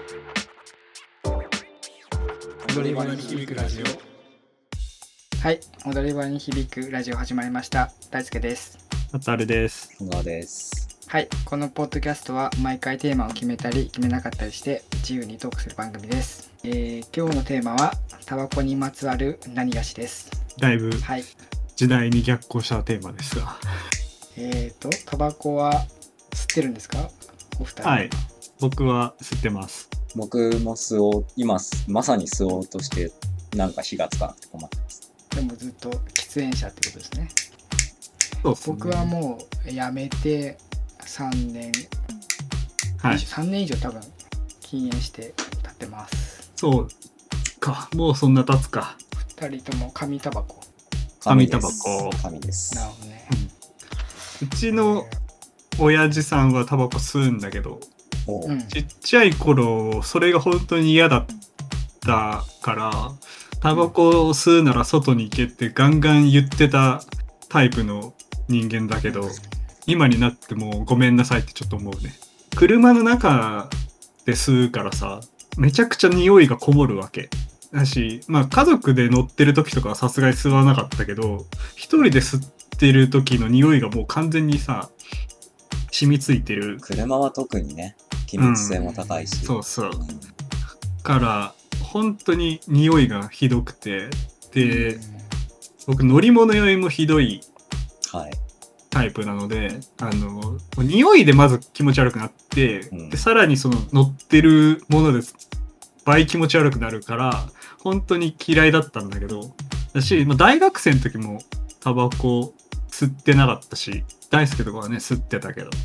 踊り場に響くラジオ。はい、踊り場に響くラジオ始まりました。大輔です。 あたるです。 小川です。 はい、このポッドキャストは毎回テーマを決めたり決めなかったりして自由にトークする番組です。今日のテーマはタバコにまつわる何がしです。 だいぶはい、 時代に逆行したテーマですが、 タバコは吸ってるんですか、お二人？ はい、僕は吸ってます。 僕も今まさに吸おうとしてなんか火がつかなくて困ってます。 でもずっと喫煙者ってことですね。 そうですね。 僕はもうやめて3年、 はい、 3年以上多分禁煙して経ってます。 そうか、もうそんな経つか。 2人とも紙タバコ。 紙タバコ。 紙です。 なるほどね。 うちの親父さんはタバコ吸うんだけど、ちっちゃい頃それが本当に嫌だったからタバコを吸うなら外に行けってガンガン言ってたタイプの人間だけど、今になってもごめんなさいってちょっと思うね。車の中で吸うからさ、めちゃくちゃ匂いがこもるわけだし、まあ家族で乗ってる時とかはさすがに吸わなかったけど、一人で吸ってる時の匂いがもう完全にさ染みついてる。 車は特にね、気密性も高いし、 そうそう、から本当に匂いがひどくて、で、僕乗り物酔いもひどいタイプなので、匂いでまず気持ち悪くなって、でさらにその乗ってるもので倍気持ち悪くなるから本当に嫌いだったんだけど、だし、大学生の時もタバコ吸ってなかったし、大輔とかはね吸ってたけど、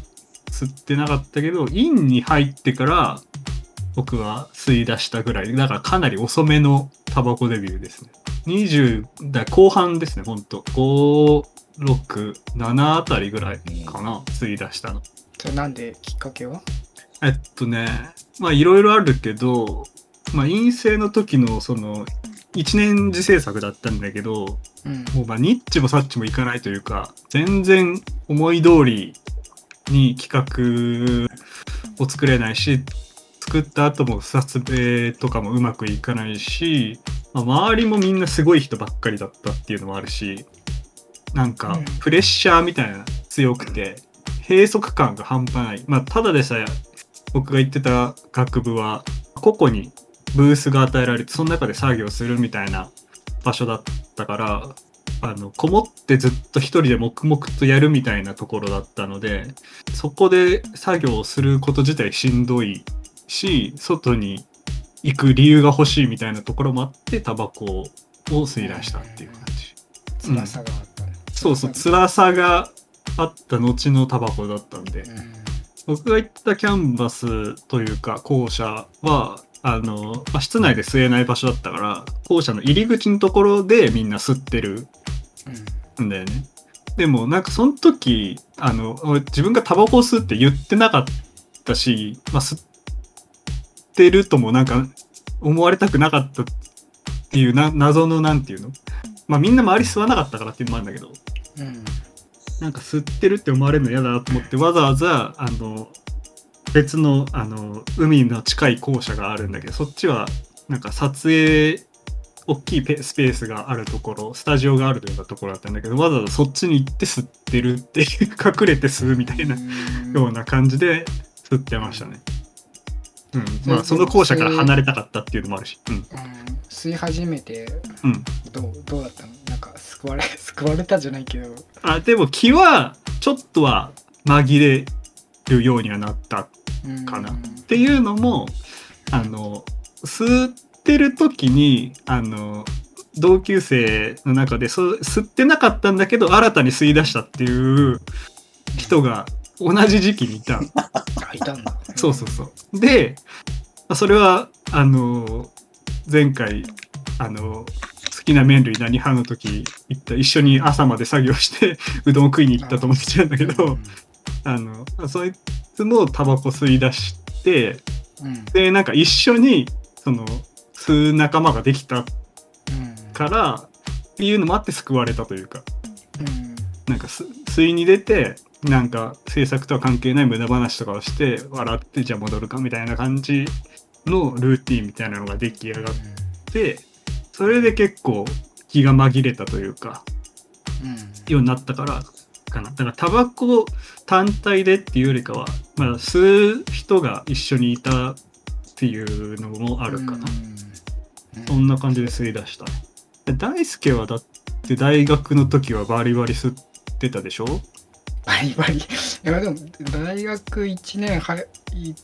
院に入ってから僕は吸い出したぐらいだから、かなり遅めのタバコデビューですね。20代後半ですね。ほんと5、6、7あたりぐらいかな、吸い出したの。 それなんで、きっかけは？ いろいろあるけど、陰性の時のその1年次制作だったんだけど、もうニッチもサッチもいかないというか、全然思い通りに企画を作れないし、作った後も撮影とかもうまくいかないし、周りもみんなすごい人ばっかりだったっていうのもあるし、なんかプレッシャーみたいな強くて閉塞感が半端ない。ただでさえ僕が行ってた学部は個々にブースが与えられて、その中で作業するみたいな場所だったから、こもってずっと一人で黙々とやるみたいなところだったので、そこで作業をすること自体しんどいし、外に行く理由が欲しいみたいなところもあって、タバコを吸い出したっていう感じ。 辛さがあった、 そうそう、辛さがあった後のタバコだったんで、僕が行ったキャンバスというか校舎は室内で吸えない場所だったから、校舎の入り口のところでみんな吸ってるんだよね。でもなんかその時自分がタバコを吸うって言ってなかったし、吸ってるともなんか思われたくなかったっていう謎の、なんていうの、みんな周り吸わなかったからっていうのもあるんだけど、なんか吸ってるって思われるの嫌だなと思って、わざわざ別の海の近い校舎があるんだけど、そっちはなんか撮影大きいスペースがあるところ、スタジオがあるというようなところだったんだけど、わざわざそっちに行って吸ってるっていう隠れて吸うみたいなような感じで吸ってましたね。その校舎から離れたかったっていうのもあるし、 吸い始めて、どうだったの？なんか救われたじゃないけど、 でも気はちょっとは紛れるようにはなったかなっていうのも、吸ってる時に同級生の中で吸ってなかったんだけど新たに吸い出したっていう人が同じ時期にいたいたんだ。 そうで、それは前回好きな麺類何派の時一緒に朝まで作業してうどんを食いに行った友達なんだけど、そいつもタバコ吸い出して、でなんか一緒にその吸う仲間ができたからっていうのもあって救われたというか、なんか吸いに出てなんか制作とは関係ない無駄話とかをして笑ってじゃあ戻るかみたいな感じのルーティンみたいなのが出来上がって、それで結構気が紛れたというか、ようになったからかな。だからタバコ単体でっていうよりかは、まあ、吸う人が一緒にいたっていうのもあるかな。そんな感じで吸い出したね。大輔はだって大学の時はバリバリ吸ってたでしょ？ バリバリ。いやでも大学1年入って、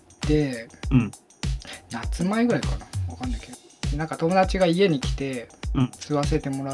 夏前ぐらいかな、わかんないけど、なんか友達が家に来て吸わせてもらって、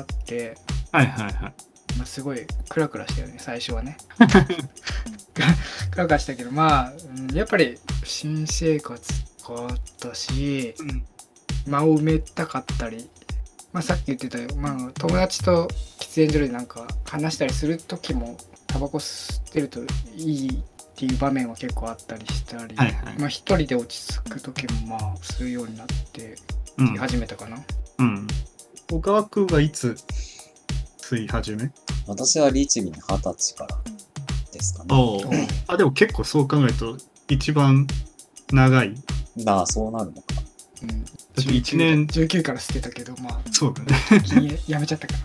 まあ、すごいクラクラしたよね最初はね。クラクラしたけど、まあやっぱり新生活変わったし、間を埋めたかったり、まあ、さっき言ってたよ、まあ、友達と喫煙所でなんか話したりする時もタバコ吸ってるといいっていう場面は結構あったりしたり、まあ一人で落ち着く時もまあ吸うようになって始めたかな。 小川くんはいつ吸い始め？ 私は律儀に20歳からですかね。 あ、でも結構そう考えると一番長い。 そうなるのか。 私1年 19から吸ってたけど、まあそうだね。 やめちゃった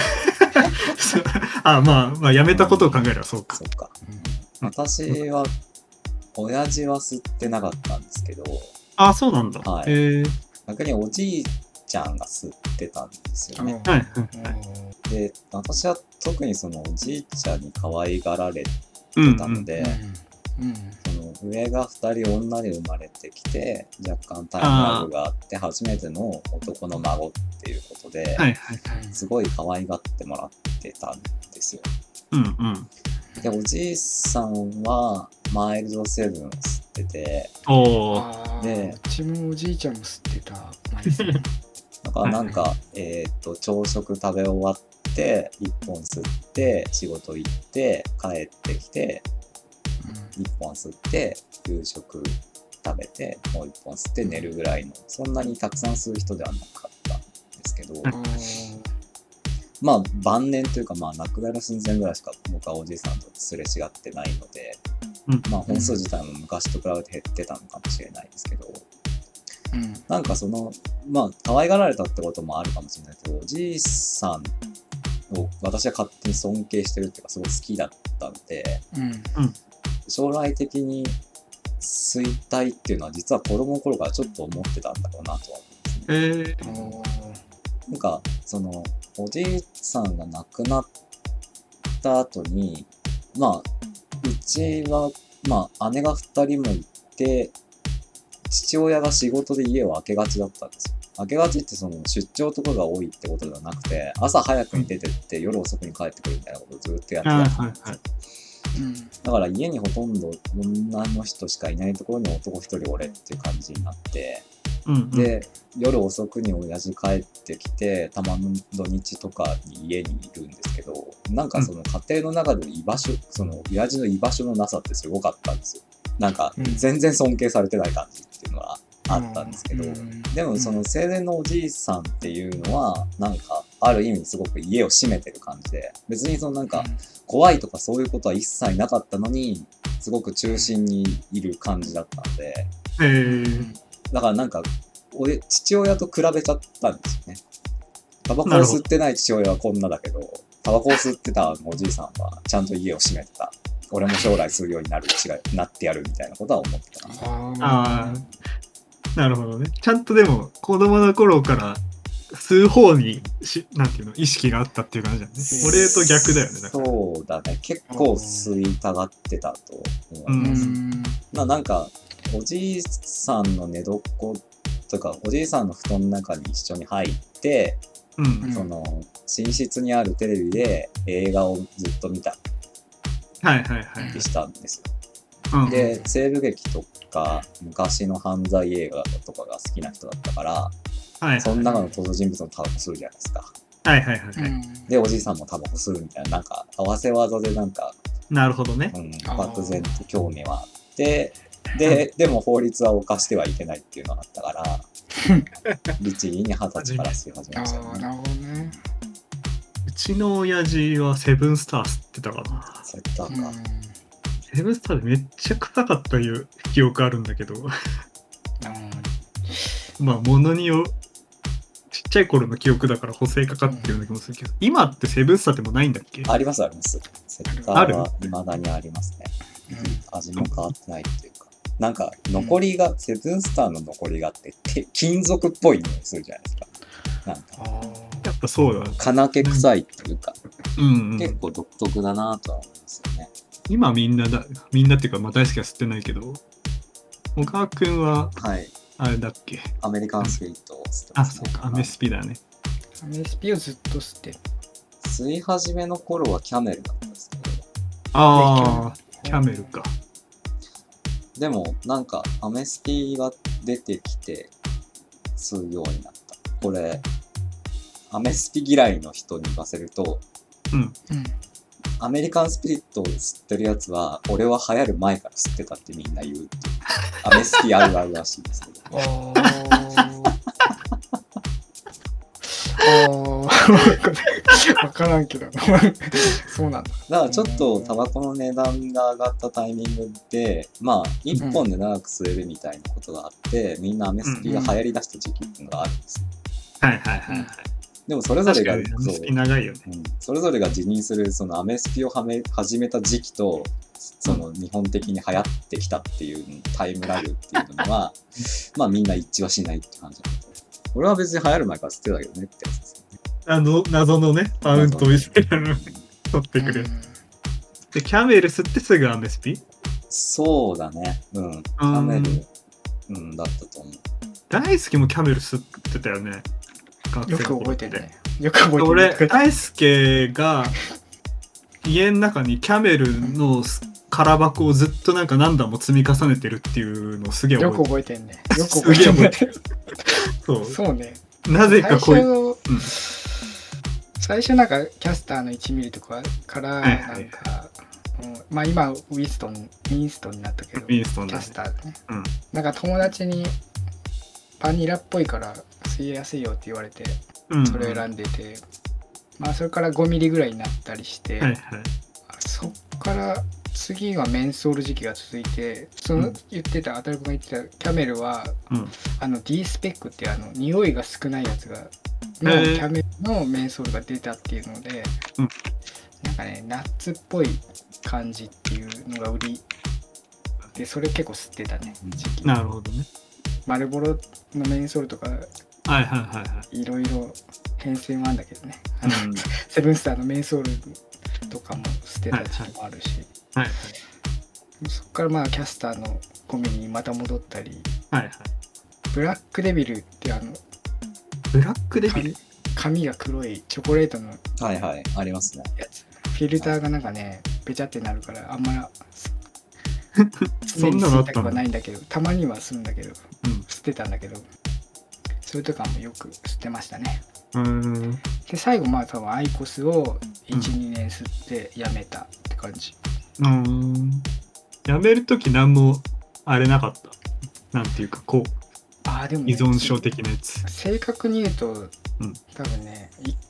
からまあやめたことを考えればそうか。 そうか。私は親父は吸ってなかったんですけど。 あ、そうなんだ。 逆におじいちゃんが吸ってたんですよね。で、私は特にそのおじいちゃんに可愛がられてたので、その上が2人女で生まれてきて、若干タイムラグがあって初めての男の孫っていうことで、すごい可愛がってもらってたんですよ。で、おじいさんはマイルドセブンを吸ってて、 で、うちもおじいちゃんも吸ってた。 だからなんか、朝食食べ終わって1本吸って仕事行って帰ってきて1本吸って夕食食べてもう1本吸って寝るぐらいの、そんなにたくさん吸う人ではなかったんですけど、まあ晩年というか、まあ亡くなる寸前ぐらいしか僕はおじいさんとすれ違ってないので、まあ本数自体も昔と比べて減ってたのかもしれないですけど、なんかそのまあ可愛がられたってこともあるかもしれないけど、おじいさんを私は勝手に尊敬してるっていうかすごい好きだったんで、将来的に吸いたいっていうのは実は子供の頃からちょっと思ってたんだろうなとは思うんですね。なんかそのおじいさんが亡くなった後に、まあうちはまあ姉が2人もいて、父親が仕事で家を空けがちだったんですよ。空けがちってその出張とかが多いってことではなくて、朝早くに出てって夜遅くに帰ってくるみたいなことをずっとやってたんですよ。だから家にほとんど女の人しかいないところに男一人俺っていう感じになって、で夜遅くに親父帰ってきて、たまに土日とかに家にいるんですけど、なんかその家庭の中での居場所、その親父の居場所のなさってすごかったんですよ。なんか全然尊敬されてない感じっていうのはあったんですけど、でもその生前のおじいさんっていうのはなんかある意味すごく家を閉めてる感じで、別にそのなんか怖いとかそういうことは一切なかったのに、すごく中心にいる感じだったんで、だからなんか父親と比べちゃったんですよね。タバコを吸ってない父親はこんなだけど、タバコを吸ってたおじいさんはちゃんと家を閉めてた。俺も将来吸うようになってやるみたいなことは思ってた。 なるほどね。ちゃんとでも子供の頃から吸う方になんていうの意識があったっていう感じだね。俺と逆だよね。 そうだね。結構吸いたがってたと思います。なんかおじいさんの寝床とかおじいさんの布団の中に一緒に入って、その寝室にあるテレビで映画をずっと見たりしたんですよ。で西部劇とか昔の犯罪映画とかが好きな人だったから、その中の登場人物もタバコ吸うじゃないですか。でおじいさんもタバコ吸うみたいな、なんか合わせ技でなんか、 なるほどね。 漠然と興味はあって、でも法律は犯してはいけないっていうのがあったから律儀に20歳から吸い始めましたよね。 なるほどね。 うちの親父はセブンスター吸ってたかな。 セブンスターでめっちゃ臭かったいう記憶あるんだけどまあものによちっちゃい頃の記憶だから補正かかってるような気もするけど、今ってセブンスターでもないんだっけ？ ありますあります。セッターは未だにありますね。味も変わってないっていうか。なんか残りが、セブンスターの残りがあって金属っぽい匂いするじゃないですか。なんかやっぱそうだ。 金気臭いっていうか、 うんうん、 結構独特だなとは思うんですよね。 今みんなっていうか、まあ大好きは吸ってないけど、小川くんは、はい、あれだっけ？ アメリカンスピリットを吸ってます、ね。あ、そうか、アメスピだね。 アメスピをずっと吸ってる。 吸い始めの頃はキャメルだったんですけど。 ああ、キャメルか。 でも、なんか、アメスピが出てきて、吸うようになった。これ、アメスピ嫌いの人に言わせると、 うん。 アメリカンスピリットを吸ってるやつは、俺は流行る前から吸ってたってみんな言うっていう。アメスピあるあるらしいですけど。 わからんけどそうなんだ。 だからちょっとタバコの値段が上がったタイミングで、まあ1本で長く吸えるみたいなことがあって、みんなアメスピが流行り出した時期っていうのがあるんですよ。 はいはいはいはい。 でもそれぞれが、 アメスピ長いよね。 それぞれが自認するそのアメスピを始めた時期と、その日本的に流行ってきたっていうタイムラグっていうのは、まあみんな一致はしないって感じだけど。俺は別に流行る前から吸ってたけどねってやつですよね。 謎のね、マウントを見せるの取ってくる。で、キャメル吸ってすぐアメスピ？ そうだね。キャメル、だったと思う。 大輔もキャメル吸ってたよね。 よく覚えてるね。よく覚えてる。 俺、大輔が家の中にキャメルの空箱をずっとなんか何段も積み重ねてるっていうのをすげえ覚えてる。よく覚えてんね。よく覚えてる。そうね。 なぜかこういう。 最初なんかキャスターの1ミリとかからなんか、まあ今ウィンストンになったけど、キャスターでね。なんか友達にバニラっぽいから吸いやすいよって言われて、それ選んでて、まあそれから5ミリぐらいになったりして、そっから次がメンソール時期が続いて、その言ってたあたるくんが言ってたキャメルは、D スペックって匂いが少ないやつがのキャメルのメンソールが出たっていうので、なんかねナッツっぽい感じっていうのが売りで、それ結構吸ってたね時期。 なるほどね。 マルボロのメンソールとかいろいろ変遷はあるんだけどね、セブンスターのメンソールとかも捨てた時期もあるし、そこからまあキャスターのゴミにまた戻ったり、ブラックデビルってブラックデビル髪が黒いチョコレートのありますねやつ、フィルターがなんかねべちゃってなるからあんまそんなのあったの？ はないんだけど、たまには吸うんだけど、吸ってたんだけど、それとかもよく吸ってましたね。で最後まあ多分アイコスを 1,2 年吸ってやめたって感じ。 やめるとき何もあれなかった？なんていうかこうでも、 依存症的なやつ。 正確に言うと、多分ね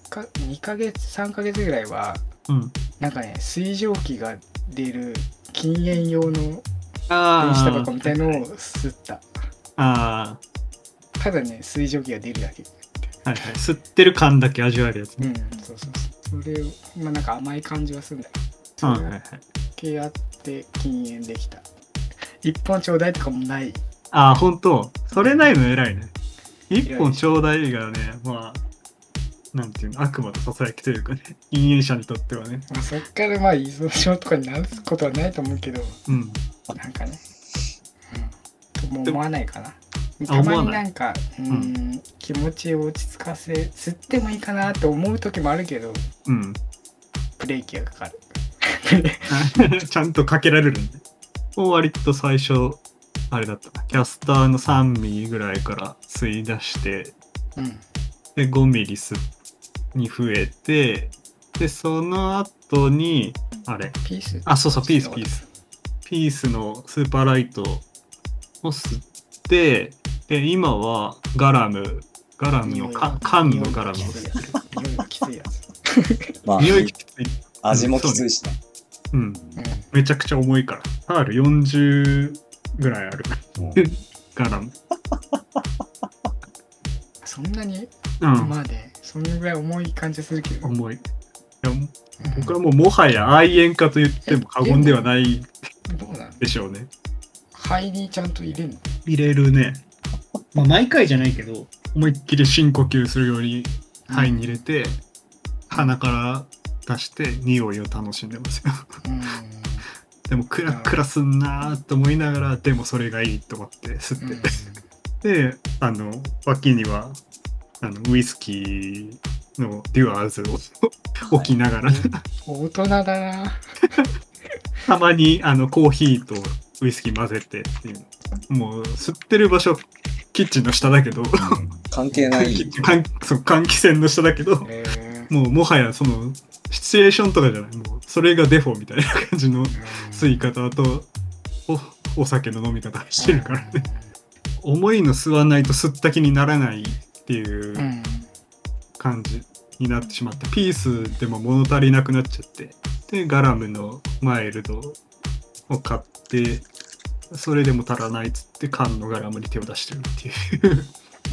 2ヶ月3ヶ月ぐらいは、なんかね水蒸気が出る禁煙用の電子タバコみたいのを吸った。ただね水蒸気が出るだけ。 吸ってる感だけ味わえるやつね。 それまあなんか甘い感じはするんだけど、それ系あって禁煙できた。1本ちょうだいとかもない。 本当それないの偉いね。1本ちょうだいがね、まあなんていうの、悪魔のささやきというかね、禁煙者にとってはね。 そっからまあ依存症とかになることはないと思うけど、なんかね、とも思わないかな。たまになんか、気持ちを落ち着かせ、吸ってもいいかなって思う時もあるけど、ブレーキがかかる。ちゃんとかけられるんで。割と最初、あれだったな。キャスターの3ミリぐらいから吸い出して、で5ミリに増えて、でその後にピースピースのスーパーライトを吸って、で今はガラムの缶のガラムを吸ってる。 匂いがきついやつ。 匂いきつい。 味もきついしね。 めちゃくちゃ重いから。タール40ぐらいある。ガラム。 そんなに、まあね、そのぐらい重い感じするけど。 重い。いや僕はもはや愛煙家と言っても過言ではないでしょうね。 肺にちゃんと入れるの？ 入れるね。まあ毎回じゃないけど、思いっきり深呼吸するように肺に入れて、鼻から出して匂いを楽しんでますよ。でもクラクラすんなーと思いながら、でもそれがいいと思って吸って、で脇にはウイスキーのデュアーズを置きながら大人だな。 たまにコーヒーとウイスキー混ぜてっていう、もう吸ってる場所キッチンの下だけど、 関係ない換気扇の下だけど、もはやそのシチュエーションとかじゃない、もうそれがデフォみたいな感じの吸い方と お酒の飲み方してるからね。重いの吸わないと吸った気にならないっていう感じになってしまって、ピースでも物足りなくなっちゃって、でガラムのマイルドを買って、それでも足らないっつって缶のガラムに手を出してるっていう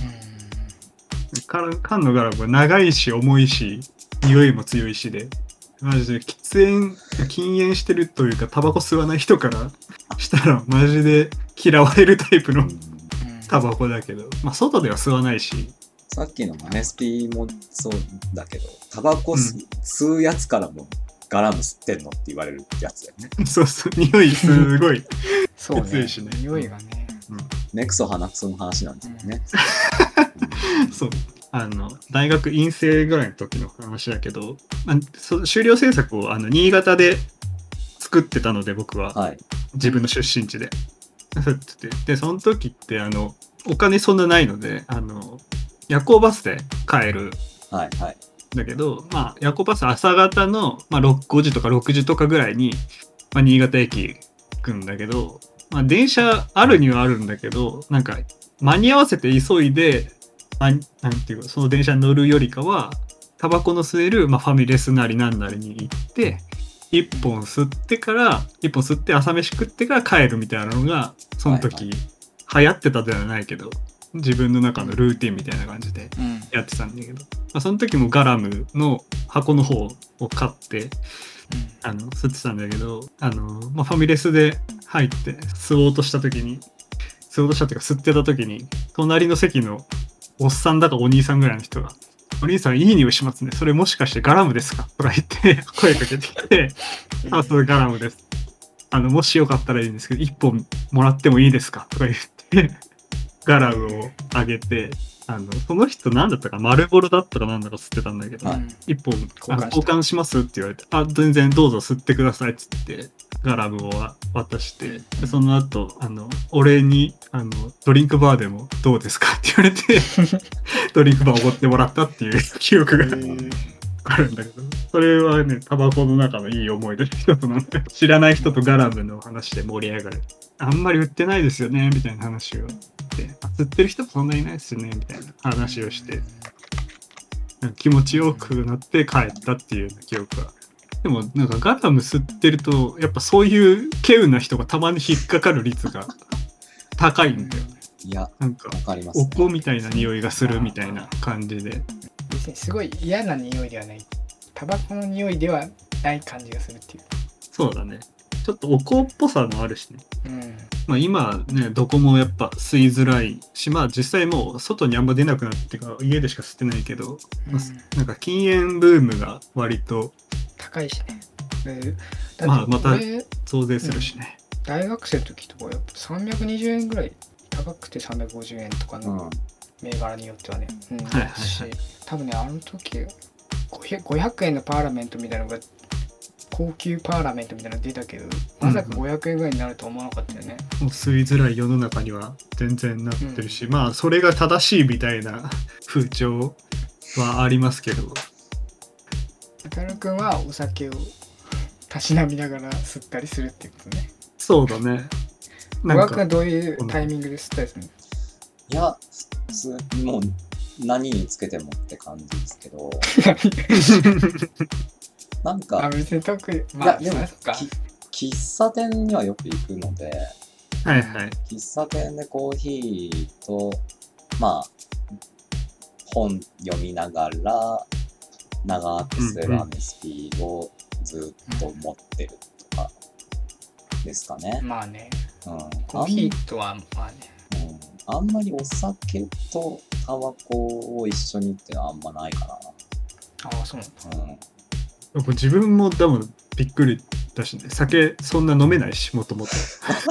缶のガラムは長いし重いし匂いも強いしで、マジで禁煙してるというかタバコ吸わない人からしたらマジで嫌われるタイプのタバコだけど、まあ外では吸わないし。 さっきのマネスピもそうだけど、タバコ吸うやつからもガラム吸ってんのって言われるやつだよね。 そうそう、匂いすごいそう強いしね。 匂いがね。 ネクソ鼻くその話なんですよね。 そう。大学院生ぐらいの時の話だけど、修了制作を新潟で作ってたので、僕は、はい、自分の出身地で。で、その時ってお金そんなないので、夜行バスで帰る。 はいはい。 だけど、まあ、夜行バス朝方の、まあ、5時とか6時とかぐらいに、まあ、新潟駅行くんだけど、まあ、電車あるにはあるんだけど、なんか間に合わせて急いで、なんていうか、その電車に乗るよりかはタバコの吸える、まあ、ファミレスなりなんなりに行って1本吸って朝飯食ってから帰るみたいなのがその時、流行ってたではないけど自分の中のルーティンみたいな感じでやってたんだけど、まあ、その時もガラムの箱の方を買って吸ってたんだけど、まあ、ファミレスで入って吸おうとしたっていうか吸ってた時に隣の席のおっさんだかお兄さんぐらいの人が「お兄さんいい匂いしますね。それもしかしてガラムですか?」とか言って声かけてきて「あ、それガラムです。もしよかったらいいんですけど1本もらってもいいですか?」とか言ってガラムをあげて、その人何だったか丸ボロだったかなんだか吸ってたんだけど、1本交換しますって言われて「あ、全然どうぞ吸ってください」っつってガラムを渡して、でその後俺にドリンクバーでもどうですかって言われてドリンクバーをおごってもらったっていう記憶があるんだけど、それはねタバコの中のいい思い出の一つなんで、知らない人とガラムの話で盛り上がる。あんまり売ってないですよねみたいな話をして吸ってる人もそんなにいないですよねみたいな話をして気持ちよくなって帰ったっていう記憶が。でもなんかガラム吸ってるとやっぱそういう稀有な人がたまに引っかかる率が高いんだよね。 いや、 なんかわかりますね。 お香みたいな匂いがするみたいな感じで、 別にすごい嫌な匂いではない、タバコの匂いではない感じがするっていう。 そうだね、ちょっとお香っぽさもあるしね、まあ、今ねどこもやっぱ吸いづらいし、まあ実際もう外にあんま出なくなってか家でしか吸ってないけど、なんか禁煙ブームが割と高いしね。 まあまた増税するしね、 大学生の時とかやっぱ320円ぐらい、高くて350円とかの銘柄によってはね、多分ねあの時500円のパーラメントみたいなのが高級パーラメントみたいなの出たけど、まさか500円ぐらいになるとは思わなかったよね。 もう吸いづらい世の中には全然なってるし、まあそれが正しいみたいな風潮はありますけど、 たるくんはお酒をたしなみながら吸ったりするっていうことね。 そうだね。 小川くんはどういうタイミングで吸ったりするの？ いや、もう何につけてもって感じですけどなんか別に特に、 まあ、でも喫茶店にはよく行くので、 はいはい、 喫茶店でコーヒーとまあ本読みながら長く吸えるアメスピをずっと持ってるとかですかね。 まあね、 うん、 コーヒーとはまあね、 あんまりお酒とタバコを一緒にっていうのはあんまないかな。 ああそうなんだ。 自分も多分びっくりだしね、酒そんな飲めないし、もともと。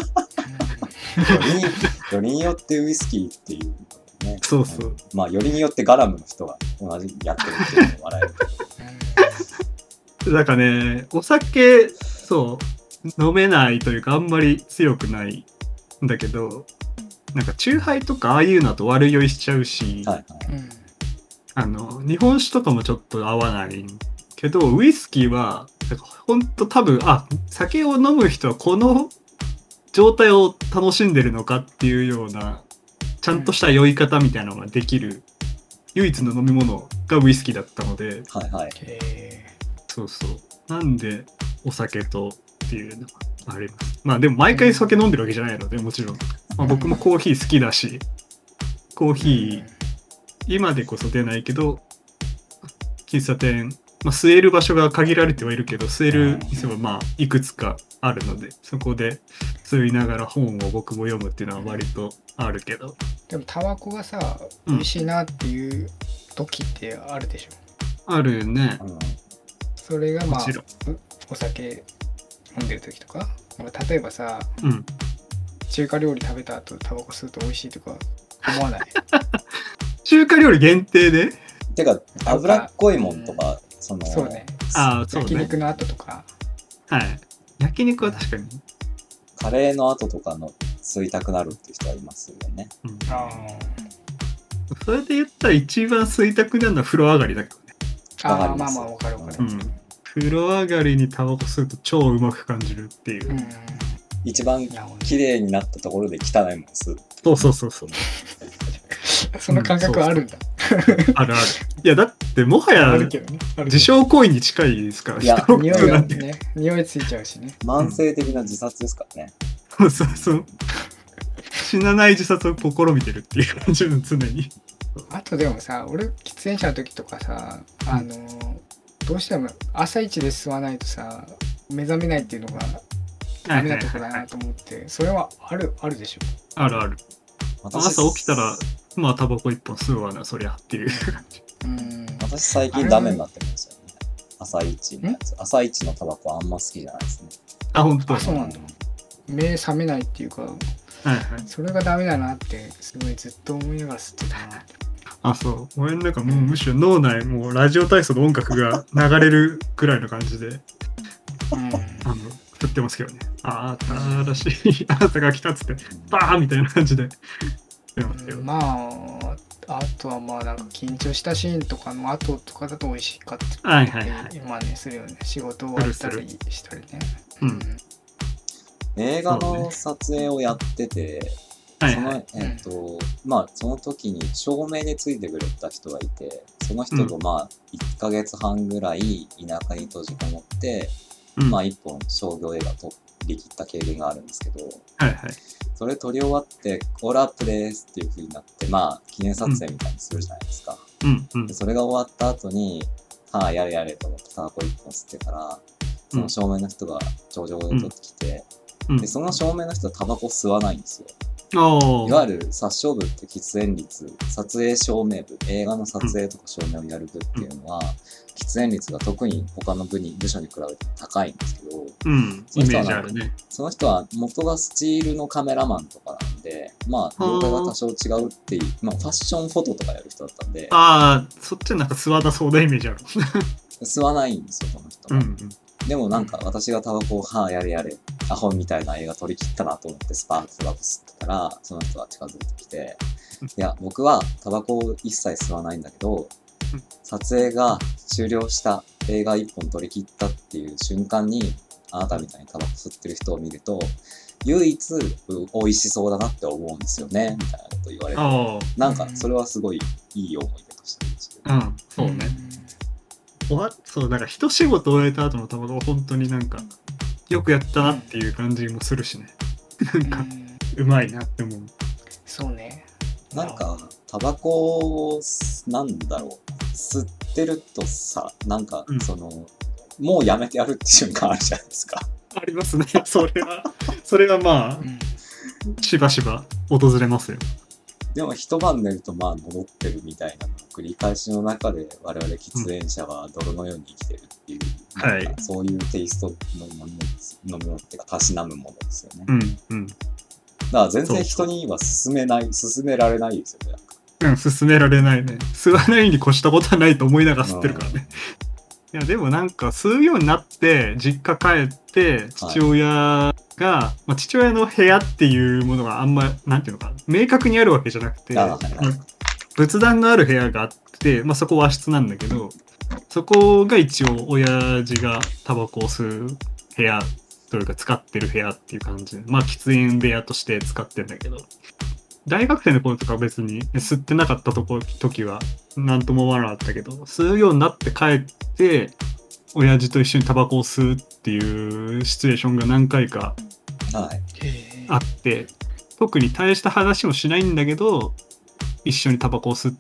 よりによってウイスキーっていうね。 そうそう。 まあよりによってガラムの人が同じやってるっていうのも笑えるけど。 だからね、お酒そう飲めないというかあんまり強くないんだけど、なんかチューハイとかああいうのと悪酔いしちゃうし、 はいはい、 日本酒とかもちょっと合わないけど、ウイスキーは本当多分酒を飲む人はこの状態を楽しんでるのかっていうようなちゃんとした酔い方みたいなのができる、唯一の飲み物がウイスキーだったので、 はいはい、 そうそうなんでお酒とっていうのがあります。まあでも毎回酒飲んでるわけじゃないのでもちろん、まあ、僕もコーヒー好きだし、コーヒー今でこそ出ないけど喫茶店、まあ、吸える場所が限られてはいるけど吸える店はまあいくつかあるので、そこで吸いながら本を僕も読むっていうのは割とあるけど、 でもタバコがさ美味しいなっていう時ってあるでしょ。 あるよね、 それがまあもちろんお酒飲んでる時とか、例えばさ、 うん中華料理食べた後タバコ吸うと美味しいとか思わない？ 中華料理限定で？ てか脂っこいもんとか、 そうね、 そうね、 焼肉の後とか、 はい、焼肉は確かにカレーの後とかの吸いたくなるっていう人はいますよね、 それで言ったら一番吸いたくなるのは風呂上がりだけどね。 まあまあわかるわかる、 風呂上がりにタバコ吸うと超うまく感じるっていう、 一番綺麗になったところで汚いもん吸う。そうその感覚はあるんだ、 あるある。いやだってもはや自傷行為に近いですから。 いや匂いがね、匂いついちゃうしね。 慢性的な自殺ですからね。 そう死なない自殺を試みてるっていう感じの常に。 あとでもさ、俺喫煙者の時とかさ、どうしても朝一で吸わないとさ目覚めないっていうのがダメなとこだなと思って、それはあるでしょ。 ある。朝起きたらまあタバコ一本吸うわなそりゃっていう感じ。 私最近ダメになってるんですよね。朝一のやつ。朝一のタバコはあんま好きじゃないですね。 本当。 そうなんだ。目覚めないっていうか、それがダメだなってすごいずっと思いながら吸ってたな。 そう。俺なんかもうむしろ脳内もうラジオ体操の音楽が流れるくらいの感じで、振ってますけどね。新しい朝が来たっつってバーンみたいな感じで。 まああとはまあなんか緊張したシーンとかの後とかだと美味しかったりまあねするよね。仕事終わったりしたりね。 映画の撮影をやってて、その時に照明についてくれた人がいて、その人とまあ1ヶ月半ぐらい田舎に閉じこもって、まあ一本商業映画撮り切った経験があるんですけど、それ撮り終わってコールアップですっていう風になって、まあ記念撮影みたいにするじゃないですか。でそれが終わった後に、やれと思ってタバコ一本吸ってたら、その照明の人が頂上で撮ってきて、でその照明の人はタバコ吸わないんですよ。いわゆる殺傷部って喫煙率、撮影照明部、映画の撮影とか照明をやる部っていうのは、喫煙率が特に他の部署に比べて高いんですけど、その人は元がスチールのカメラマンとかなんで、まあ業界が多少違うっていう、まあファッションフォトとかやる人だったんで、 そっちなんか吸わなそうなイメージある。 吸わないんですよ、その人は。でもなんか私がタバコをやれアホみたいな映画撮り切ったなと思ってスパーッとタバコ吸ってたら、その人が近づいてきて、いや僕はタバコを一切吸わないんだけど、撮影が終了した映画一本撮り切ったっていう瞬間にあなたみたいにタバコ吸ってる人を見ると唯一美味しそうだなって思うんですよねみたいなこと言われて、なんかそれはすごいいい思い出としてるんですけど、 そうね。そうなんか一仕事終えた後のタバコは本当になんかよくやったなっていう感じもするしね。なんかうまいなって思う。 そうね。 なんかタバコなんだろう、吸ってるとさ、なんかその、もうやめてやるって瞬間あるじゃないですか。 ありますね。それはまあ、しばしば訪れますよ。 でも一晩寝るとまあ戻ってるみたいなの繰り返しの中で我々喫煙者は泥のように生きてるっていう、 はい、 そういうテイストのものっていうかたしなむものですよね。だから全然人には勧められないですよね。 勧められないね。吸わないに越したことはないと思いながら吸ってるからね。いやでもなんか吸うようになって実家帰って父親が、父親の部屋っていうものがあんまなんていうのか明確にあるわけじゃなくて、仏壇がある部屋があって、そこ和室なんだけど、そこが一応親父がタバコを吸う部屋というか使ってる部屋っていう感じで、喫煙部屋として使ってるんだけど、大学生の頃とか別に吸ってなかった時は何とも思わなかったけど、吸うようになって帰って親父と一緒にタバコを吸うっていうシチュエーションが何回かあって、特に大した話もしないんだけど一緒にタバコを吸って、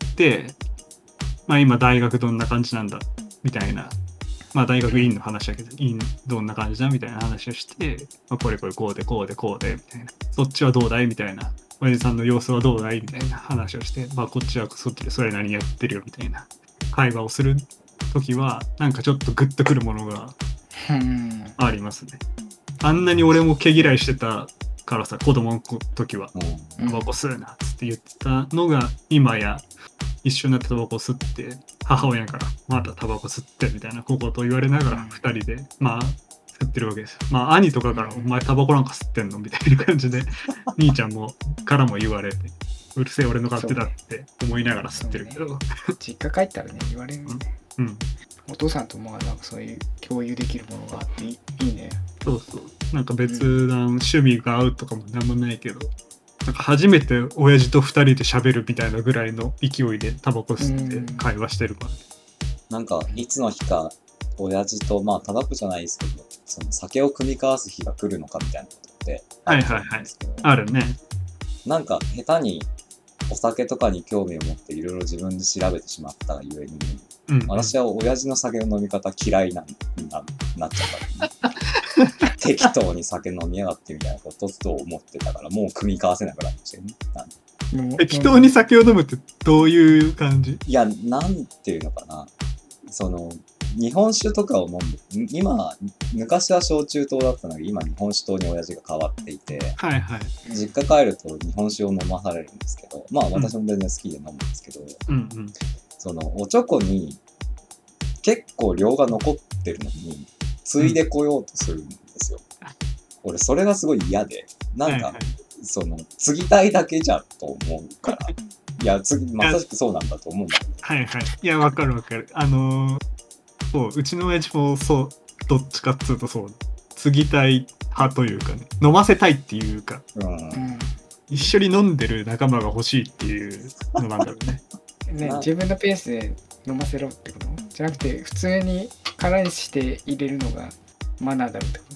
今大学どんな感じなんだみたいな、大学院の話だけど院どんな感じだみたいな話をして、これこうでこうでこうでみたいな、そっちはどうだいみたいな、親父さんの様子はどうだいみたいな話をして、こっちはそっちでそれなりにやってるよみたいな会話をする時はなんかちょっとグッとくるものがありますね。あんなに俺も毛嫌いしてたからさ、子供の時はタバコ吸うなっつって言ってたのが、今や一緒になってタバコ吸って母親からまだタバコ吸ってみたいなことを言われながら2人で吸ってるわけですよ。兄とかからお前タバコなんか吸ってんのみたいな感じで兄ちゃんもからも言われて、うるせえ俺の勝手だって思いながら吸ってるけど、 実家帰ったらね言われるね。お父さんとなんかそういう共有できるものがあっていいね。 そうなんか別段趣味が合うとかもなんもないけど、なんか初めて親父と2人で喋るみたいなぐらいの勢いでタバコ吸って会話してるから、 なんかいつの日か親父とタバコじゃないですけど、その酒を組み交わす日が来るのかみたいなことってあると思うんですけど、 あるね。 なんか下手にお酒とかに興味を持っていろいろ自分で調べてしまったがゆえに、私は親父の酒の飲み方嫌いなっちゃったから適当に酒飲みやがってみたいなことと思ってたから、もう組み交わせなくなっちゃうね。 適当に酒を飲むってどういう感じ？ いや、なんていうのかな、その日本酒とかを飲んで、昔は焼酎党だったのが今日本酒党に親父が変わっていて、実家帰ると日本酒を飲まされるんですけど、私も全然好きで飲むんですけど、そのおちょこに結構量が残ってるのについでこようとするんですよ。俺それがすごい嫌で、なんか、その継ぎたいだけじゃんと思うから、いやまさしくそうなんだと思うんだけど。 いやわかる。そううちの親父もそうどっちかっつうとそう継ぎたい派というかね、飲ませたいっていうか、一緒に飲んでる仲間が欲しいっていうのなんだろうね。 自分のペースで飲ませろってことじゃなくて、普通に空にして入れるのがマナーだろうってこと？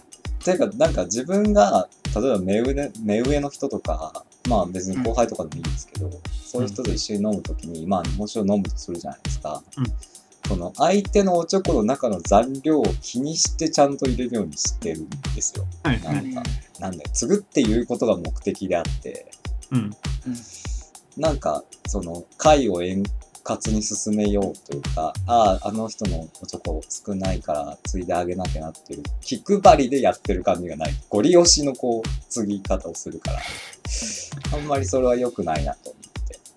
ていうか、なんか自分が例えば目上の人とか、別に後輩とかでもいいんですけど、そういう人と一緒に飲むときに、日本酒を飲むとするじゃないですか。その相手のおちょこの中の残量を気にしてちゃんと入れるようにしてるんですよ。なんだよ、継ぐっていうことが目的であって、なんかその会を円滑に進めようというか、あの人のおちょこ少ないから継いであげなきゃなっていう気配りでやってる感じがない、ゴリ押しの継ぎ方をするから、あんまりそれは良くないなと思って。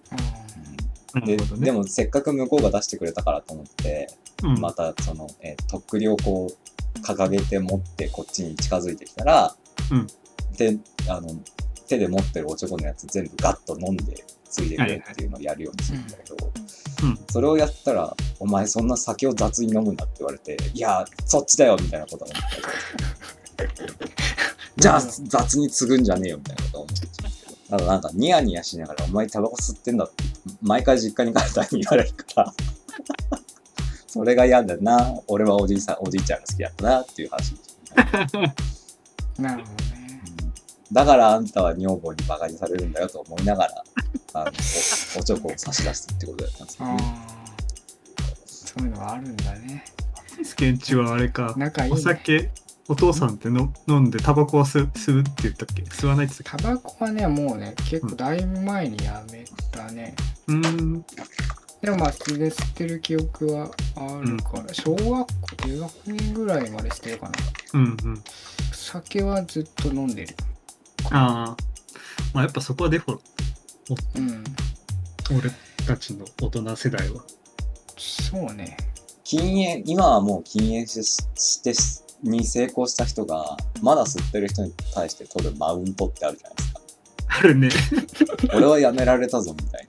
でもせっかく向こうが出してくれたからと思って、またその、とっくりを掲げて持ってこっちに近づいてきたら、で手で持ってるおちょこのやつ全部ガッと飲んでついでくれっていうのをやるようにするんだけど、それをやったらお前そんな酒を雑に飲むんだって言われて、いやそっちだよみたいなことを思ったりじゃあ雑に継ぐんじゃねえよみたいなことを思ってしまうんですけど、ただなんかニヤニヤしながらお前タバコ吸ってんだって毎回実家に帰ったら言われるからそれが嫌だな。俺はおじいちゃんが好きだったなっていう話なるほどね。 だからあんたは女房にバカにされるんだよと思いながらおちょこを差し出すってことだったんですけど、ね、 そういうのがあるんだね。 スケンチはあれか、 仲いいね。 お酒お父さんって飲んでタバコは吸うって言ったっけ？吸わないって言ったっけ？ タバコはねもうね結構だいぶ前にやめたね。でもまあそれで吸ってる記憶はあるから、小学校低学年ぐらいまでしてるかな。酒はずっと飲んでる。 まあやっぱそこはデフォルト。俺たちの大人世代は。 そうね。 今はもう禁煙してに成功した人がまだ吸ってる人に対して取るマウントってあるじゃないですか。 あるね。 俺はやめられたぞみたい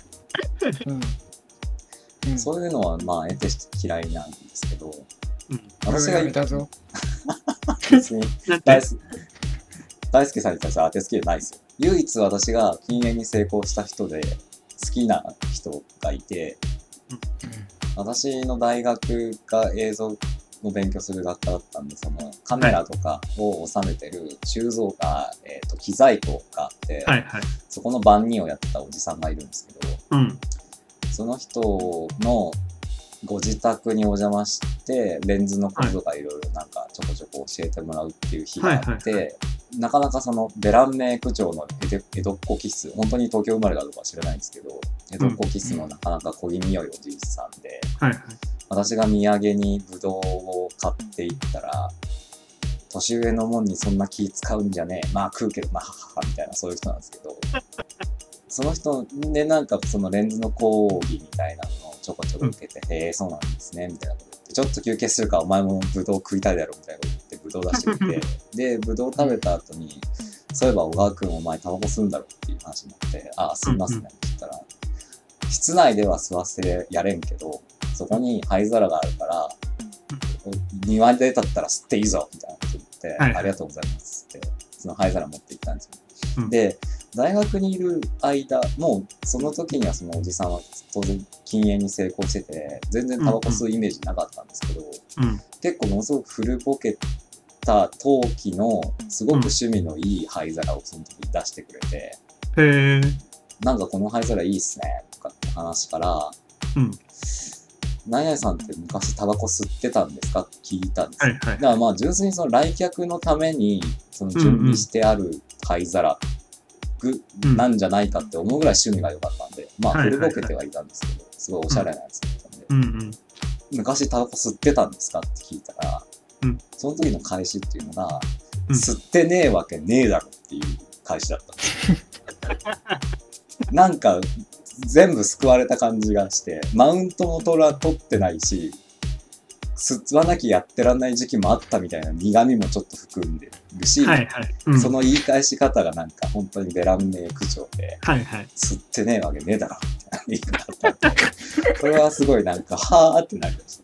な。そういうのはまあ得てして嫌いなんですけど、 私が言ったぞ。 別に大輔さんに対して当てつけじゃないですよ。唯一私が禁煙に成功した人で好きな人がいて、私の大学が映像の勉強する学科だったんで、そのカメラとかを収めてる機材庫があって、そこの番人をやってたおじさんがいるんですけど、その人のご自宅にお邪魔してレンズのこととかいろいろなんかちょこちょこ教えてもらうっていう日があって、なかなかそのベランメイク町の江戸っ子気質、本当に東京生まれかどうかは知らないんですけど、江戸っ子気質のなかなか小気味良いおじいさんで、私が土産にブドウを買っていったら、年上のもんにそんな気使うんじゃねえ、まあ食うけどまあははみたいな、そういう人なんですけど、その人でなんかそのレンズの講義みたいなのをちょこちょこ受けて、へえそうなんですねみたいなこと言って、ちょっと休憩するからお前もブドウ食いたいだろみたいなこと言ってブドウ出してくれて、でブドウ食べた後に、そういえば小川くんお前タバコ吸うんだろっていう話になって、ああ吸いますねって言ったら、室内では吸わせやれんけど、そこに灰皿があるから、庭で立ったら吸っていいぞみたいなこと言って、ありがとうございますって、その灰皿持って行ったんですよ。で、大学にいる間、もうその時にはそのおじさんは当然禁煙に成功してて、全然タバコ吸うイメージなかったんですけど、結構ものすごく古ぼけた陶器のすごく趣味のいい灰皿をその時出してくれて、なんかこの灰皿いいっすねとかって話から、何々さんって昔タバコ吸ってたんですかって聞いたんですよ。だからまあ純粋にその来客のためにその準備してある灰皿なんじゃないかって思うぐらい趣味が良かったんで、まあ古ぼけてはいたんですけど、すごいおしゃれなやつだったんで、昔タバコ吸ってたんですかって聞いたら、その時の返しっていうのが、吸ってねえわけねえだろっていう返しだったんですよ。なんか全部救われた感じがして、マウントも取ってないし、吸わなきゃやってらんない時期もあったみたいな苦味もちょっと含んでるし、その言い返し方がなんか本当にベランメイク調で、吸ってねえわけねえだろみたいな言い方だったんで、これはすごいなんかはーってなりました。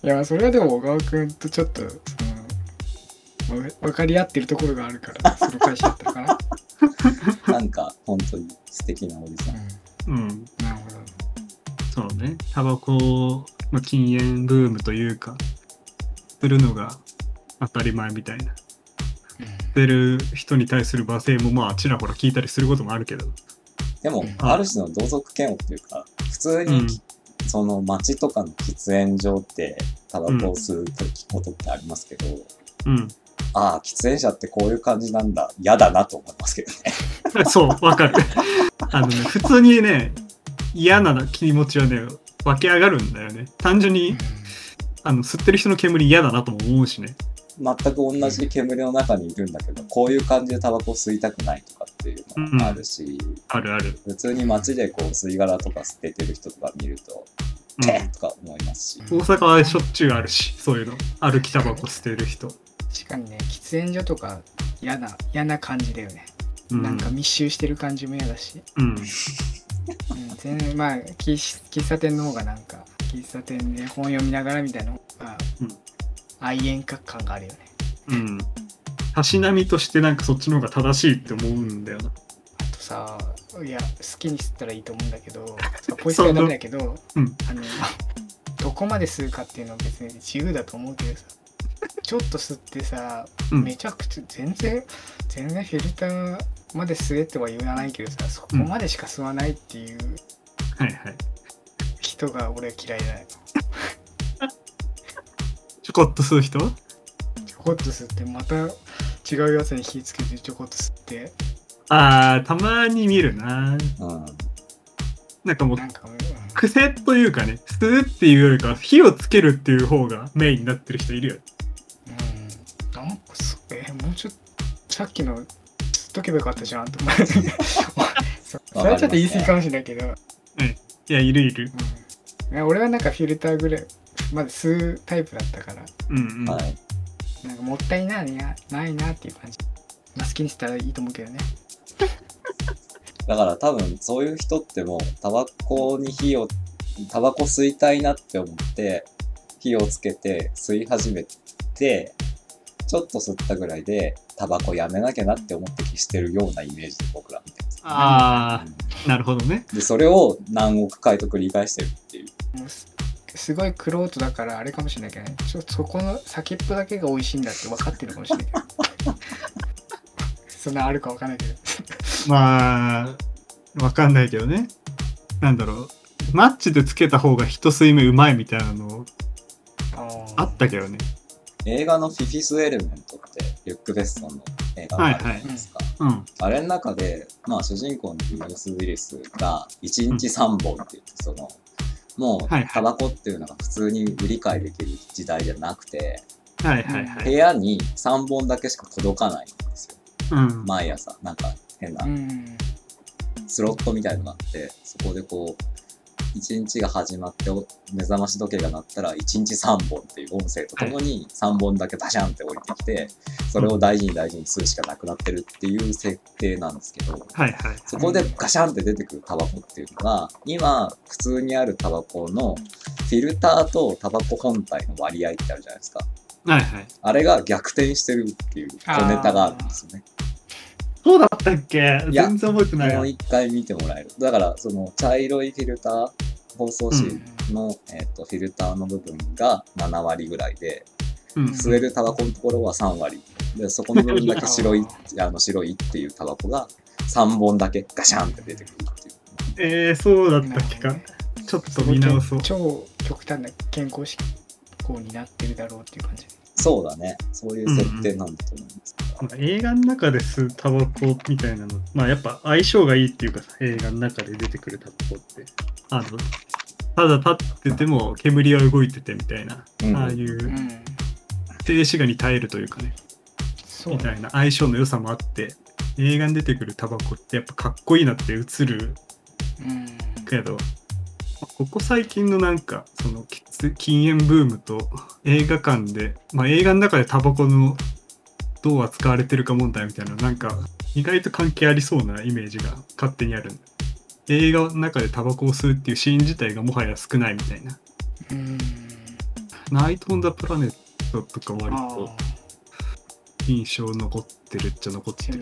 いや、それはでも小川くんとちょっと分かり合ってるところがあるからその会社だったかな。 なんか本当に素敵なおじさん。 なるほど。 そうね、タバコ禁煙ブームというかするのが当たり前みたいな、してる人に対する罵声もまあちらほら聞いたりすることもあるけど、 でもある種の同族嫌悪っていうか、普通に、その街とかの喫煙所ってタバコを吸うことってありますけど、ああ喫煙者ってこういう感じなんだ、嫌だなと思いますけどね。 そうわかる。普通にね嫌な気持ちはね湧き上がるんだよね。単純に吸ってる人の煙嫌だなとも思うしね。 全く同じ煙の中にいるんだけど、こういう感じでタバコ吸いたくないとかっていうのもあるし、 あるある。 普通に街でこう吸い殻とか捨ててる人とか見ると、とか思いますし。 大阪はしょっちゅうあるし、そういうの歩きタバコ捨てる人。 確かにね、喫煙所とか嫌な感じだよね。なんか密集してる感じも嫌だし。全然まあ喫茶店の方がなんか喫茶店で本読みながらみたいなのが愛煙家感があるよね。 たしなみとしてなんかそっちの方が正しいって思うんだよな。 あとさ、いや好きに吸ったらいいと思うんだけど、ポイ捨てはダメだけど、どこまで吸うかっていうのは別に自由だと思うけどさ、ちょっと吸ってさ、めちゃくちゃ全然フィルターこまで吸えっては言わないけどさ、そこまでしか吸わないっていうはいはい。 人が俺は嫌いだよ。 ちょこっと吸う人？ ちょこっと吸ってまた違うやつに火つけてちょこっと吸って。 ああ、たまに見るな。なんかもう癖というかね、吸うっていうよりか火をつけるっていう方がメインになってる人いるよ。 なんかもうちょっとさっきの吸っとけばよかったじゃんと思って。それはちょっと言い過ぎかもしれないけど。 いや、いるいる。 俺はなんかフィルターぐらいまで吸うタイプだったから。 はい。 なんかもったいないなっていう感じ。好きにしたらいいと思うけどね。 だから多分そういう人ってもうタバコ吸いたいなって思って火をつけて吸い始めてちょっと吸ったぐらいでタバコやめなきゃなって思って消してるようなイメージで僕ら見てます。 なるほどね。 でそれを何億回と繰り返してるっていう。 すごいクロートだからあれかもしれないけどね。そこの先っぽだけが美味しいんだって分かってるかもしれないけど。そんなあるか分かんないけど。 まあ分かんないけどね。なんだろう、マッチでつけた方が一吸い目うまいみたいなのあったけどね。 映画のフィフィス・エレメントってリュック・ベッソンの映画があるじゃないですか。あれの中で、まあ、主人公のブルース・ウィリスが1日3本って言ってもうタバコっていうのが普通に売り買いできる時代じゃなくて、部屋に3本だけしか届かないんですよ。毎朝なんか変なスロットみたいのがあって、そこでこう1日が始まって目覚まし時計が鳴ったら1日3本っていう音声とともに3本だけダシャンって降りてきて、それを大事に吸うしかなくなってるっていう設定なんですけど、そこでガシャンって出てくるタバコっていうのが今普通にあるタバコのフィルターとタバコ本体の割合ってあるじゃないですか。あれが逆転してるっていう小ネタがあるんですよね。 そうだったっけ？全然覚えてない。 もう一回見てもらえる。だからその茶色いフィルター、包装紙の、フィルターの部分が7割ぐらいで、吸えるタバコのところは3割で、そこの部分だけ白いっていうタバコが3本だけガシャンって出てくるっていう。そうだったっけか。ちょっと見直そう。 超極端な健康志向になってるだろうっていう感じ。 そうだね。そういう設定なんだと思います。 映画の中で吸うタバコみたいなの、まあやっぱ相性がいいっていうかさ、映画の中で出てくるタバコって、ただ立ってても煙は動いててみたいな、ああいう静止画に耐えるというかね、みたいな相性の良さもあって、映画に出てくるタバコってやっぱかっこいいなって映るけど、ここ最近のなんかその禁煙ブームと映画館で、まあ映画の中でタバコのどう扱われてるか問題みたいな、なんか意外と関係ありそうなイメージが勝手にある。映画の中でタバコを吸うっていうシーン自体がもはや少ないみたいな。ナイト・オン・ザ・プラネットとか割と印象残ってるっちゃ残ってる。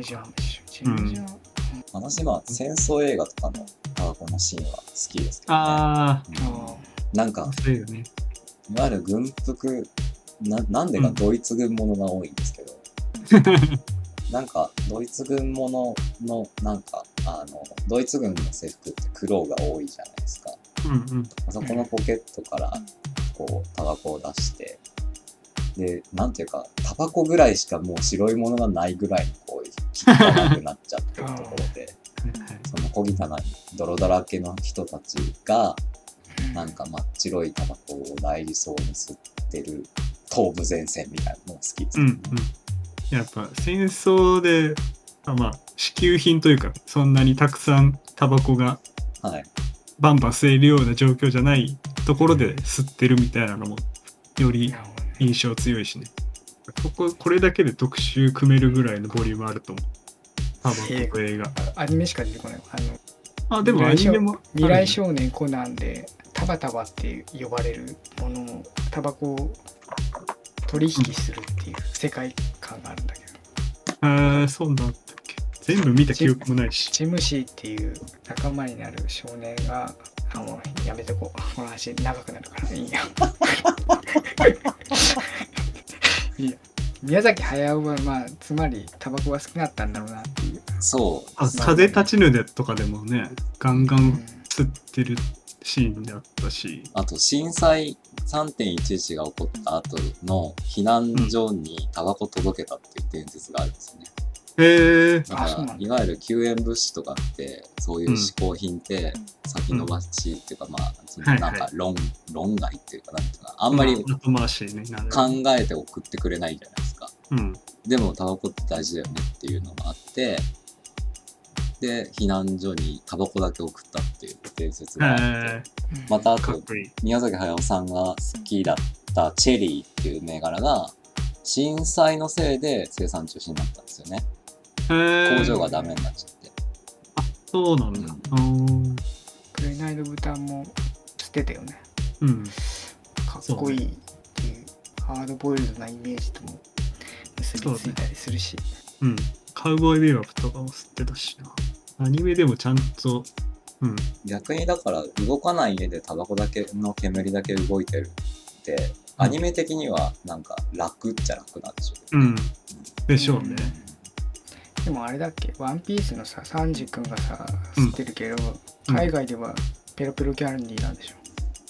私は戦争映画とかのタバコのシーンは好きですけどね。なんかいわゆる軍服なんでかドイツ軍ものが多いんですけど、なんかドイツ軍もののなんかドイツ軍の制服って黒が多いじゃないですか。あそこのポケットからこうタバコを出して、でなんていうかタバコぐらいしかもう白いものがないぐらいのこう汚くなっちゃってるところでその小汚い泥だらけの人たちがなんか真っ白いタバコを大事そうに吸ってる東部前線みたいなのが好きです、ね。 やっぱ戦争でまあ支給品というかそんなにたくさんタバコがバンバン吸えるような状況じゃないところで吸ってるみたいなのもより印象強いしね。これだけで特集組めるぐらいのボリュームあると思う。タバコ映画。 アニメしか出てこない。 でもアニメも未来少年コナンでタバタバって呼ばれるものをタバコを取引するっていう世界観があるんだけど。そうなんだっけ。全部見た記憶もないし。 チムシーっていう仲間になる少年がもうやめとこう。この話長くなるからいいや。いいや。宮崎駿はまあつまりタバコが好きだったんだろうなっていう。 そう。 風立ちぬでとかでもね、ガンガン吸ってるシーンであったし。 あと、震災 3.11 が起こった後の避難所にタバコ届けたっていう伝説があるんですよね。 へだからいわゆる救援物資とかってそういう嗜好品って先延ばしっていうか、まあそのなんか論外っていうかなんていうかあんまり考えて送ってくれないじゃないですか、でもタバコって大事だよねっていうのがあってで避難所にタバコだけ送ったっていう伝説があってまたあと宮崎駿さんが好きだったチェリーっていう銘柄が震災のせいで生産中止になったんですよね。工場がダメになっちゃって。 あ、そうなんだ。 紅の豚も捨てたよね。かっこいいっていうハードボイルドなイメージとも結びついたりするし。 カウボーイビーバップとかも吸ってたしな。アニメでもちゃんと、 逆にだから動かない家でタバコだけの煙だけ動いてるって、アニメ的にはなんか楽っちゃ楽なんでしょうね。 でしょうね。 でもあれだっけ、ワンピースのさ、サンジ君がさ、吸ってるけど、海外ではペロペロキャンディーなんでしょ。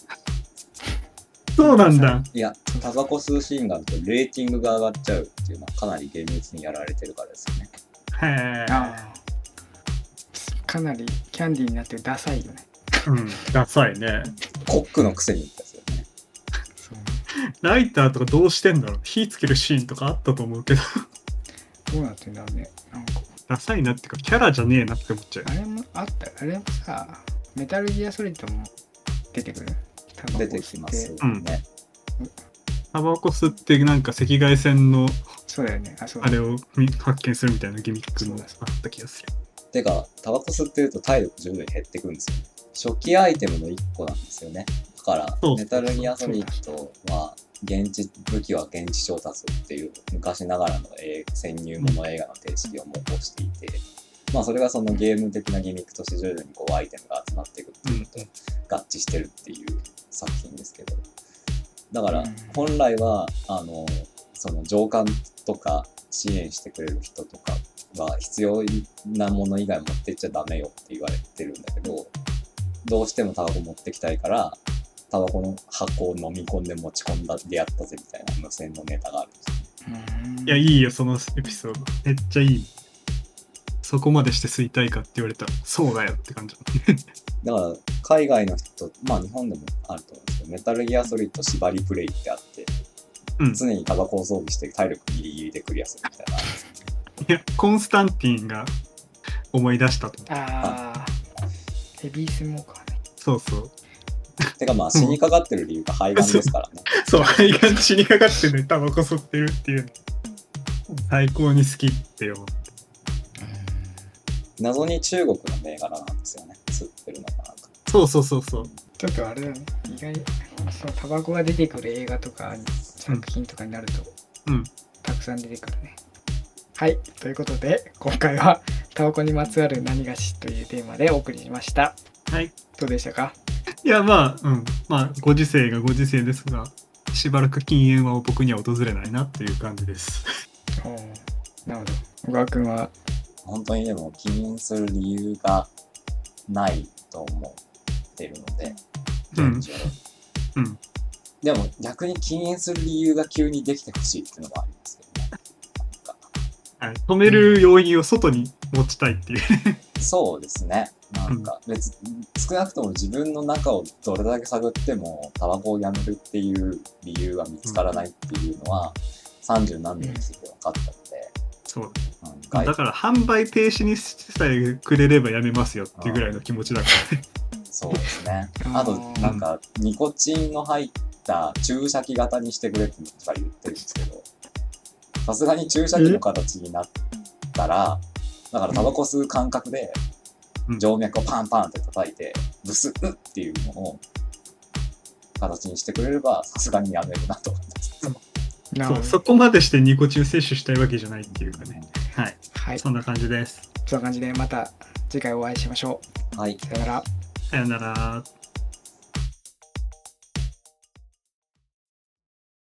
そうなんだ。 いや、タバコ吸うシーンがあるとレーティングが上がっちゃうっていうのはかなり厳密にやられてるからですよね。 へー。 かなりキャンディーになってダサいよね。 ダサいね。 コックのくせに言ったやつよね。 ライターとかどうしてんだろう。火つけるシーンとかあったと思うけど。 どうなってんだろうね。なんかダサいなっていうかキャラじゃねえなって思っちゃう。 あれもあったよ。あれもさ、メタルギアソリッドも出てくる。 出てきますよね。 タバコ吸ってなんか赤外線のそうだよね。 あれを発見するみたいなギミックもあった気がする。 てかタバコ吸ってると体力徐々に減ってくんですよね。初期アイテムの1個なんですよね。だからメタルギアソリッドは武器は現地調達っていう昔ながらの潜入もの映画の定式を模倣していて、まあそれがそのゲーム的なギミックとして徐々にこうアイテムが集まっていくっていうのと合致してるっていう作品ですけど、だから本来はその上官とか支援してくれる人とかは必要なもの以外持ってっちゃダメよって言われてるんだけど、どうしてもタバコ持ってきたいからタバコの箱を飲み込んで持ち込んだでやったぜみたいな無線のネタがあるんですよ。いや、いいよ、そのエピソード。めっちゃいい。そこまでして吸いたいかって言われたら、そうだよって感じ。 だから、海外の人、まあ日本でもあると思うんですけど、メタルギアソリッド縛りプレイってあって、常にタバコを装備して体力ギリギリでクリアするみたいな。 いや、コンスタンティンが思い出したと。 ヘビースモーカーね。 そうそう。 てかまあ死にかかってる理由が肺がんですからね。 そう、肺がん死にかかってるね、タバコ吸ってるっていう。最高に好きって思って。 謎に中国の銘柄なんですよね。吸ってるのかなんか。 そうそうそうそう。 ちょっとあれだね。意外にそのタバコが出てくる映画とか作品とかになると、たくさん出てくるね。はい、ということで今回はタバコにまつわる何がしというテーマでお送りしました。 はい。 どうでしたか？ いやまあご時世がご時世ですが、しばらく禁煙は僕には訪れないなっていう感じです。 なるほど。小川君は本当にでも禁煙する理由がないと思ってるので、現状。でも逆に禁煙する理由が急にできてほしいっていうのもありますけどね。 止める要因を外に持ちたいっていう。 そうですね。なんか少なくとも自分の中をどれだけ探ってもタバコをやめるっていう理由が見つからないっていうのは30何年について分かったので、 そうだから販売停止にしてさえくれればやめますよっていうぐらいの気持ちだからね。 そうですね。あとなんかニコチンの入った注射器型にしてくれって言ってるんですけど、さすがに注射器の形になったら、だからタバコ吸う感覚で静脈をパンパンって叩いてブスッっていうのを形にしてくれればさすがにやめるなと思います。 そこまでしてニコチン摂取したいわけじゃないっていうかね。はい、そんな感じです。 そんな感じでまた次回お会いしましょう。 はい、 さよなら。 さよなら。